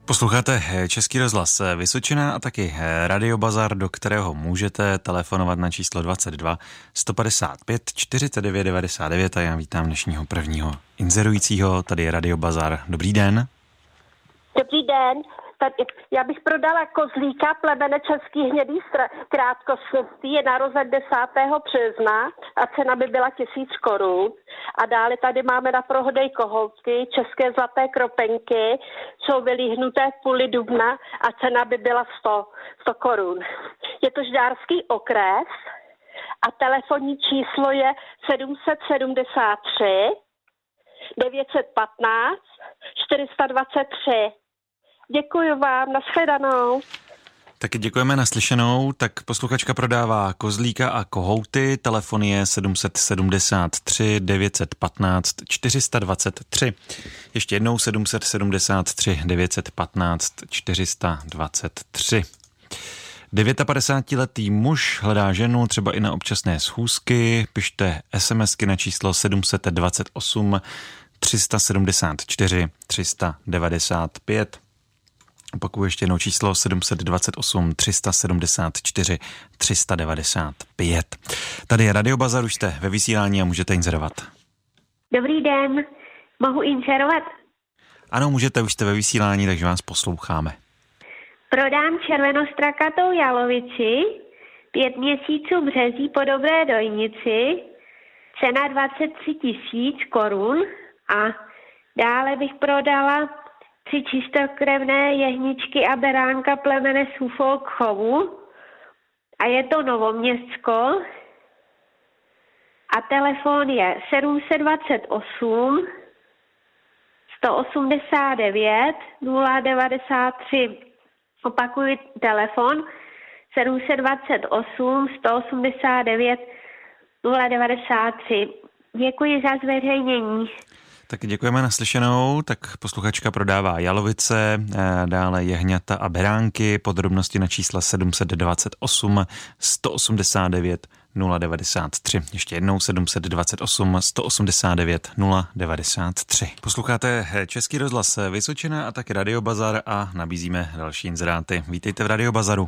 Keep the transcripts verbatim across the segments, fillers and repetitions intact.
Posloucháte Český rozhlas Vysočina a taky Radio Bazar, do kterého můžete telefonovat na číslo dvacet dva sto padesát pět čtyřicet devět devadesát devět a já vítám dnešního prvního inzerujícího, tady je Radio Bazar. Dobrý den. Dobrý den. Tady, já bych prodala kozlíka plemene český hnědý krátkosrstý, je narozen desátého března a cena by byla tisíc korun. A dále tady máme na prohodej kohoutky, české zlaté kropenky, jsou vylíhnuté v půli dubna a cena by byla sto korun. Je to žďárský okres a telefonní číslo je sedm sedm tři devět jedna pět čtyři dva tři. Děkuji vám, nashledanou. Taky děkujeme, naslyšenou. Tak posluchačka prodává kozlíka a kohouty, telefon je sedm sedm tři devět jedna pět čtyři dva tři. Ještě jednou sedm sedm tři devět jedna pět čtyři dva tři. padesátidvouletý muž hledá ženu třeba i na občasné schůzky. Pište SMSky na číslo sedm dva osm tři sedm čtyři tři devadesát pět. Opakuju ještě jednou číslo sedm dva osm tři sedm čtyři tři devadesát pět. Tady je Radio Bazar, už jste ve vysílání a můžete inzerovat. Dobrý den, mohu inzerovat? Ano, můžete, už jste ve vysílání, takže vás posloucháme. Prodám červenostrakatou jalovici, pět měsíců březí po dobré dojnici, cena dvacet tři tisíc korun a dále bych prodala tři čistokrevné jehničky a beránka plemene Suffolk chovu a je to Novoměstsko a telefon je sedm dva osm sto osmdesát devět nula devadesát tři. Opakuji telefon sedm dva osm sto osmdesát devět nula devadesát tři. Děkuji za zveřejnění. Tak děkujeme, naslyšenou. Tak posluchačka prodává jalovice, dále jehňata a beránky, podrobnosti na čísla sedm dva osm sto osmdesát devět nula devadesát tři. Ještě jednou sedm dva osm sto osmdesát devět nula devadesát tři. Posloucháte Český rozhlas Vysočina a taky Radio Bazar a nabízíme další inzeráty. Vítejte v Radio Bazaru.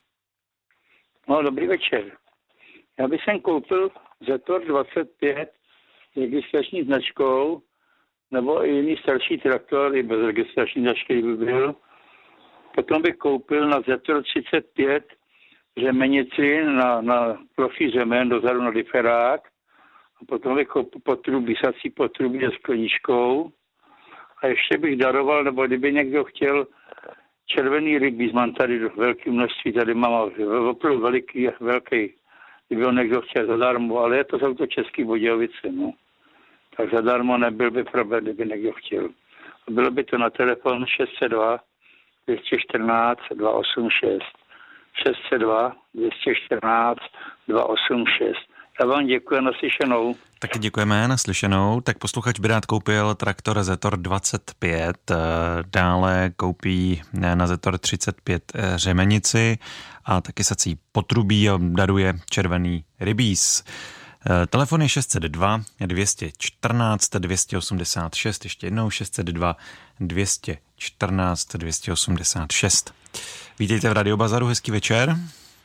No, dobrý večer. Já bych sem koupil Zetor dvacet pět s registrační značkou, nebo i jiný starší traktor, i bez registrační značky by byl. Potom bych koupil na Zetor třicet pět řemenici na, na profí řemen dozadu na diferák. A potom bych koupil potrubí, sací potrubí se skleničkou. A ještě bych daroval, nebo kdyby někdo chtěl červený rybíz, mám tady velké množství, tady mám opravdu veliký, velký, kdyby ho někdo chtěl zadarmo, ale je to, jsou to Český Budějovice, no. Tak zadarmo nebyl by problém, kdyby někdo chtěl. Bylo by to na telefon šest set dva dvě stě čtrnáct dva osm šest. šest set dva dvě stě čtrnáct dva osm šest. Já vám děkuji, naslyšenou. Taky děkujeme, naslyšenou. Tak posluchač by rád koupil traktor Zetor dvacet pět, dále koupí na Zetor třicet pět řemenici a taky sací potrubí a daruje červený rybíz. Telefon je šest set dva dvě stě čtrnáct dvě stě osmdesát šest, ještě jednou šest set dva dvě stě čtrnáct dvě stě osmdesát šest. Vítejte v Radio Bazaru, hezký večer.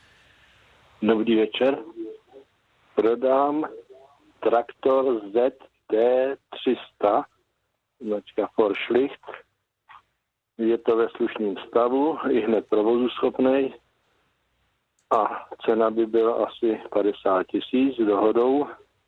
Dobrý večer. Prodám traktor Z T tři sta, značka Forschlicht. Je to ve slušném stavu, i hned provozu schopnej. A cena by byla asi padesát tisíc dohodou.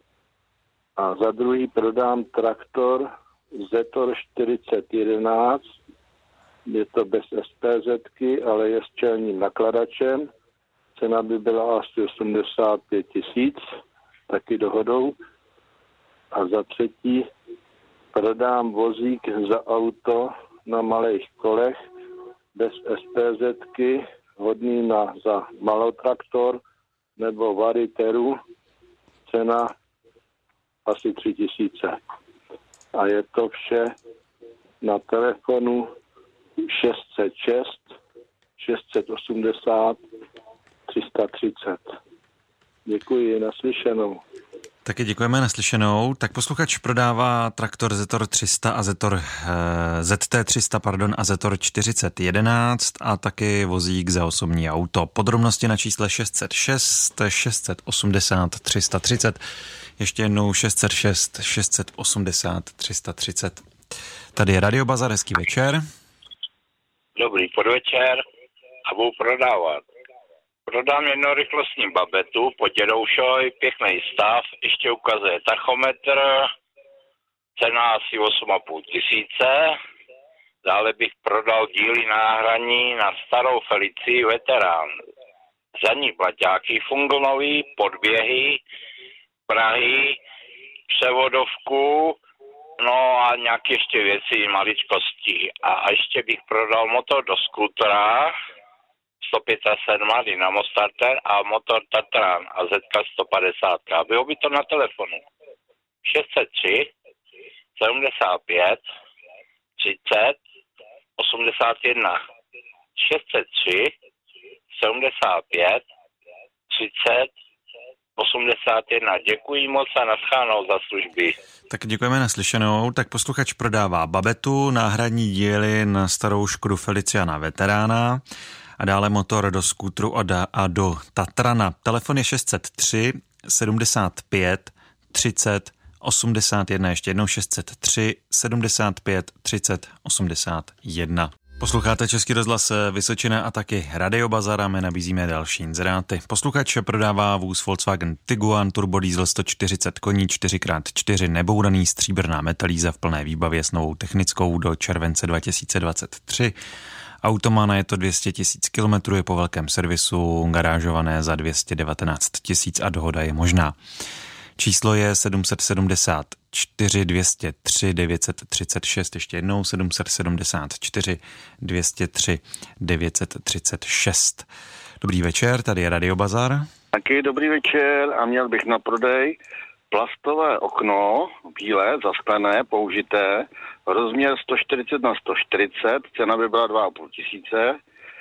A za druhý prodám traktor Zetor čtyřicet jedenáct. Je to bez SPZky, ale je s čelním nakladačem. Cena by byla asi osmdesát pět tisíc, taky dohodou. A za třetí prodám vozík za auto na malých kolech bez SPZky, hodný na, za malotraktor nebo variteru, cena asi tři tisíce. A je to vše na telefonu šest set šest šest set osmdesát tři sta třicet. Děkuji, naslyšenou. Taky děkujeme, naslyšenou. Tak posluchač prodává traktor Zetor tři sta a Zetor eh, Z T tři sta pardon, a Zetor čtyřicet jedenáct a taky vozík za osobní auto. Podrobnosti na čísle šest set šest šest set osmdesát tři sta třicet. Ještě jednou šest set šest šest set osmdesát tři sta třicet. Tady je Radio Bazar, hezký večer. Dobrý podvečer a budu prodávat. Prodám jednorychlostní babetu po Dědoušoj, pěkný stav, ještě ukazuje tachometr, cena asi osm a půl tisíce. Dále bych prodal díly náhraní na starou Felicii Veterán. Zadní plaťáky fungonový, podběhy, Prahy, převodovku, no a nějaké ještě věci, maličkosti. A ještě bych prodal motor do skútra, sto sedm pět Dynamo Starter a motor Tatran a Z sto padesát. Bylo by to na telefonu. šest set tři sedmdesát pět třicet osmdesát jedna. šest set tři sedmdesát pět třicet osmdesát jedna. Děkuji moc a naschánou za služby. Tak děkujeme, naslyšenou. Tak posluchač prodává babetu, náhradní díly na starou Škodu Feliciana Veterána a dále motor do skútru a, da, a do Tatrana. Telefon je šest set tři sedmdesát pět třicet osmdesát jedna. Ještě jednou šest set tři sedmdesát pět třicet osmdesát jedna. Posloucháte Český rozhlas Vysočina a taky Radio Bazar a my nabízíme další inzeráty. Posluchač prodává vůz Volkswagen Tiguan Turbo Diesel sto čtyřicet koní čtyři krát čtyři nebouraný stříbrná metalíza v plné výbavě s novou technickou do července dva tisíce dvacet tři. Auto má na je to dvě stě tisíc kilometrů, je po velkém servisu, garážované za dvě stě devatenáct tisíc a dohoda je možná. Číslo je sedm set sedmdesát čtyři dvě stě tři devět set třicet šest, ještě jednou sedm set sedmdesát čtyři dvě stě tři devět set třicet šest. Dobrý večer, tady je Radio Bazar. Taky dobrý večer a měl bych na prodej plastové okno, bílé, zasklené, použité, rozměr sto čtyřicet na sto čtyřicet, cena by byla dva a půl tisíce.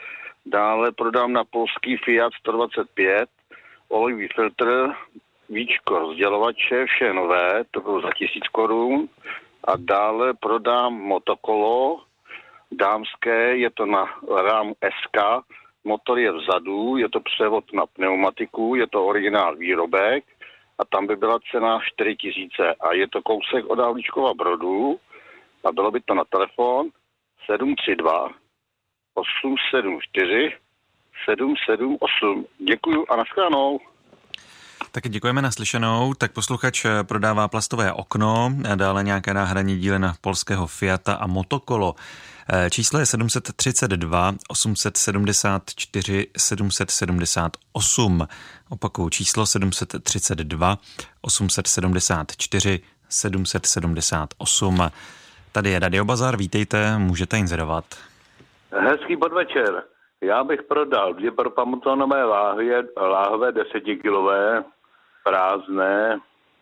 Dále prodám na polský Fiat sto dvacet pět, olejový filtr, víčko rozdělovače, vše nové, to bylo za tisíc korun. A dále prodám motokolo dámské, je to na Ram S K, motor je vzadu, je to převod na pneumatiku, je to originál výrobek a tam by byla cena čtyři tisíce a je to kousek od Havlíčkova Brodu a bylo by to na telefon sedm tři dva osm sedm čtyři sedm sedm osm. Děkuju a nashledanou. Taky děkujeme, naslyšenou. Tak posluchač prodává plastové okno, dále nějaké náhradní díly na polského Fiata a motokolo. Číslo je sedm set třicet dva osm set sedmdesát čtyři sedm set sedmdesát osm. Opakuju číslo sedm set třicet dva osm set sedmdesát čtyři sedm set sedmdesát osm. Tady je Radio Bazar, vítejte, můžete inzerovat. Hezký podvečer. Já bych prodal dvě propamotonové láhve, láhve desetikilové, prázdné,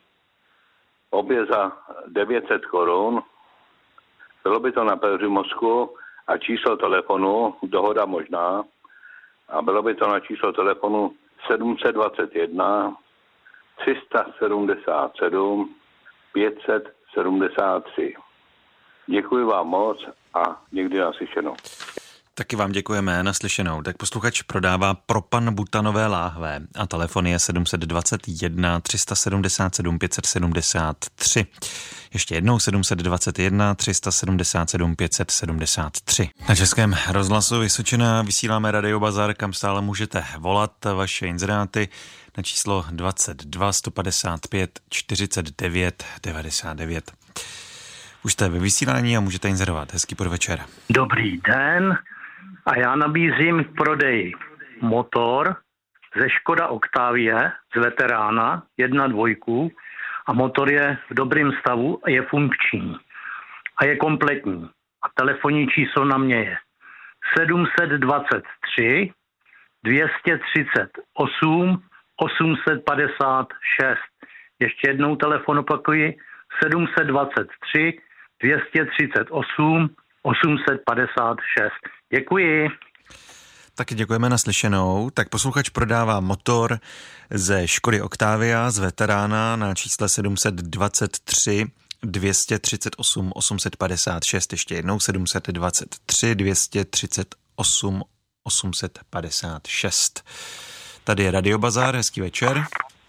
obě za devět set korun. Bylo by to na Peřimovsku a číslo telefonu, dohoda možná, a bylo by to na číslo telefonu sedm set dvacet jedna tři sta sedmdesát sedm pět set sedmdesát tři. Děkuji vám moc a někdy naslyšenou. Taky vám děkujeme, naslyšenou. Tak posluchač prodává propan butanové láhve a telefon je sedm set dvacet jedna tři sta sedmdesát sedm pět set sedmdesát tři. Ještě jednou sedm set dvacet jedna tři sta sedmdesát sedm pět set sedmdesát tři. Na Českém rozhlasu Vysočina vysíláme Radio Bazar, kam stále můžete volat vaše inzeráty na číslo dvacet dva sto padesát pět čtyřicet devět devadesát devět. Už jste ve vysílání a můžete inzerovat. Hezký podvečer. Dobrý den. A já nabízím k prodeji motor ze Škoda Octavie z Veterána, jedna dvojku a motor je v dobrém stavu a je funkční a je kompletní. A telefonní číslo na mě je sedm set dvacet tři dvě stě třicet osm osm set padesát šest. Ještě jednou telefon opakuji sedm set dvacet tři dvě stě třicet osm osm set padesát šest. Děkuji. Taky děkujeme naslyšenou. Tak posluchač prodává motor ze Škody Octavia z Veterána na čísle sedm set dvacet tři dvě stě třicet osm osm set padesát šest, ještě jednou sedm set dvacet tři dvě stě třicet osm osm set padesát šest. Tady je Radio Bazar, hezký večer.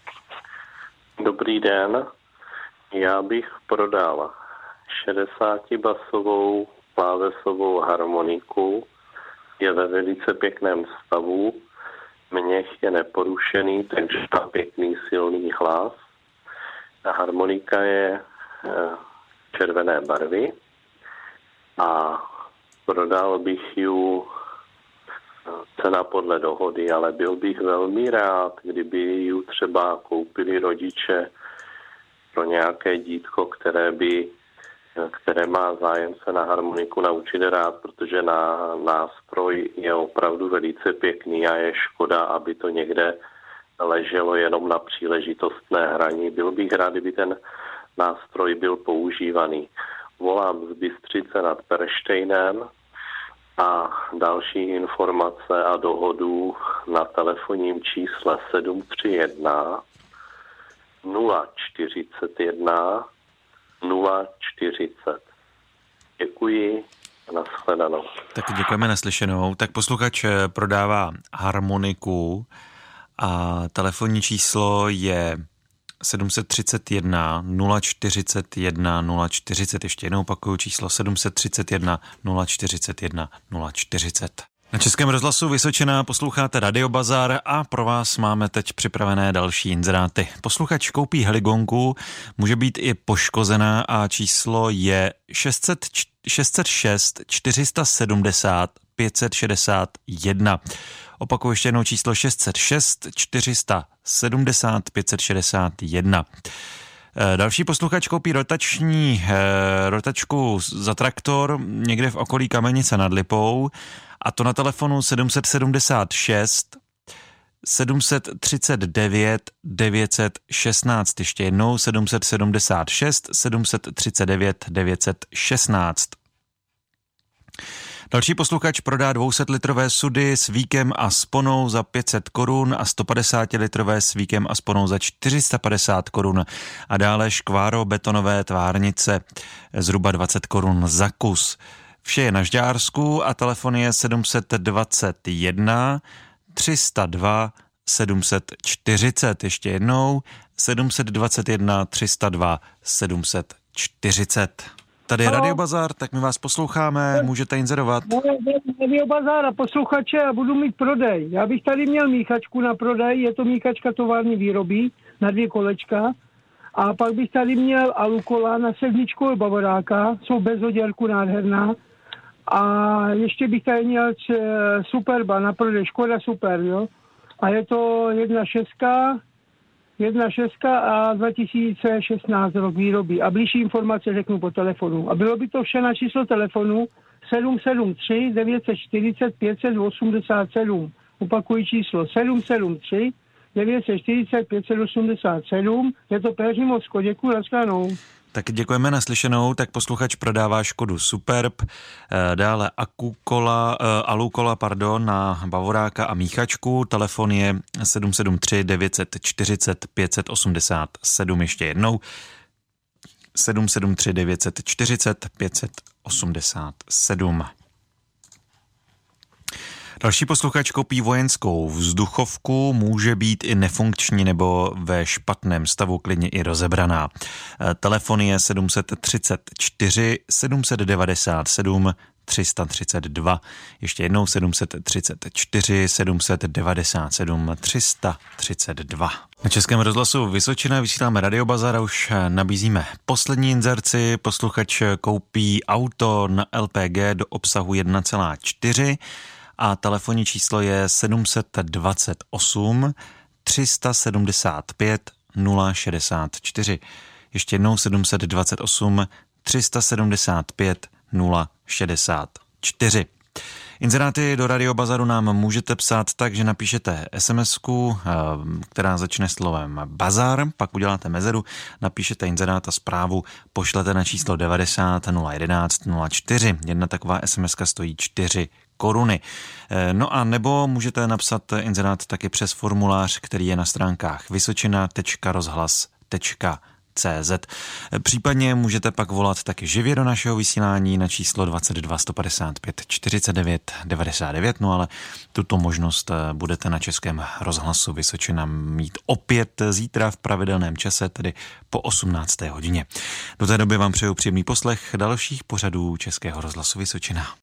Dobrý den, já bych prodal šedesátibasovou klávesovou harmoniku, je ve velice pěkném stavu, měch je neporušený, takže má pěkný silný hlas. Ta harmonika je červené barvy a prodal bych ji cena podle dohody, ale byl bych velmi rád, kdyby ji třeba koupili rodiče pro nějaké dítko, které by které má zájem se na harmoniku naučit rád, protože na nástroj je opravdu velice pěkný a je škoda, aby to někde leželo jenom na příležitostné hraní. Byl bych rád, kdyby ten nástroj byl používaný. Volám z Bystřice nad Perštejnem a další informace a dohodu na telefonním čísle sedm tři jedna nula čtyřicet jedna nula čtyřicet. Děkuji a nashledanou. Taky děkujeme naslyšenou. Tak posluchač prodává harmoniku a telefonní číslo je sedm set třicet jedna nula čtyřicet jedna nula čtyřicet. Ještě jednou opakuju číslo sedm set třicet jedna nula čtyřicet jedna nula čtyřicet. Na Českém rozhlasu Vysočina posloucháte Radio Bazar a pro vás máme teď připravené další inzeráty. Posluchač koupí heligonku, může být i poškozená a číslo je šest set šest čtyři set sedmdesát pět set šedesát jedna. Opakuju ještě jednou číslo šest set šest čtyři set sedmdesát pět set šedesát jedna. Další posluchač koupí rotační rotačku za traktor někde v okolí Kamenice nad Lipou, a to na telefonu sedm set sedmdesát šest sedm set třicet devět devět set šestnáct. Ještě jednou sedm set sedmdesát šest sedm set třicet devět devět set šestnáct. Další posluchač prodá dvě stě litrové sudy s víkem a sponou za pět set korun a sto padesát litrové s víkem a sponou za čtyři sta padesát korun a dále škváro betonové tvárnice zhruba dvacet korun za kus. Vše je na Žďársku a telefon je sedm set dvacet jedna tři sta dva sedm set čtyřicet. Ještě jednou sedm set dvacet jedna tři sta dva sedm set čtyřicet. Tady je Radio Bazar, tak my vás posloucháme, můžete inzerovat. Radio Bazar a posluchače a budu mít prodej. Já bych tady měl míchačku na prodej, je to míchačka tovární výroby na dvě kolečka. A pak bych tady měl alukola na sedmičku bavoráka, jsou bez oděrku nádherná. A ještě bych tady měl Superba na prodej, Škoda Super, jo. A je to jedna šestka, jedna šestka a dva tisíce šestnáct rok výroby. A blížší informace řeknu po telefonu. A bylo by to vše na číslo telefonu sedm sedm tři devět set čtyřicet pět set osmdesát sedm. Opakuji číslo sedm sedm tři devět set čtyřicet pět set osmdesát sedm. Je to Péřimovsko. Děkuji, naschledanou. Tak děkujeme naslyšenou, tak posluchač prodává Škodu Superb, dále Akukola, Alukola, pardon, na bavoráka a míchačku, telefon je sedm sedm tři devět set čtyřicet pět set osmdesát sedm, ještě jednou sedm sedm tři devět set čtyřicet pět set osmdesát sedm. Další posluchač koupí vojenskou vzduchovku, může být i nefunkční nebo ve špatném stavu, klidně i rozebraná. Telefon je sedm set třicet čtyři sedm set devadesát sedm tři sta třicet dva. Ještě jednou sedm set třicet čtyři sedm set devadesát sedm tři sta třicet dva. Na Českém rozhlasu Vysočina vysíláme Radio Bazar a už nabízíme poslední inzerci. Posluchač koupí auto na L P G do obsahu jedna celá čtyři a telefonní číslo je sedm set dvacet osm tři sta sedmdesát pět nula šedesát čtyři. Ještě jednou sedm set dvacet osm tři sta sedmdesát pět nula šedesát čtyři. Inzeráty do Radio Bazaru nám můžete psát tak, že napíšete SMSku, která začne slovem Bazar, pak uděláte mezeru, napíšete inzerát a zprávu pošlete na číslo devadesát nula jedenáct nula čtyři. Jedna taková SMSka stojí čtyři koruny. No a nebo můžete napsat inzerát taky přes formulář, který je na stránkách vysočina tečka rozhlas tečka cé zet. Případně můžete pak volat taky živě do našeho vysílání na číslo dvacet dva sto padesát pět čtyřicet devět devadesát devět, no ale tuto možnost budete na Českém rozhlasu Vysočina mít opět zítra v pravidelném čase, tedy po osmnácté hodině. Do té doby vám přeju příjemný poslech dalších pořadů Českého rozhlasu Vysočina.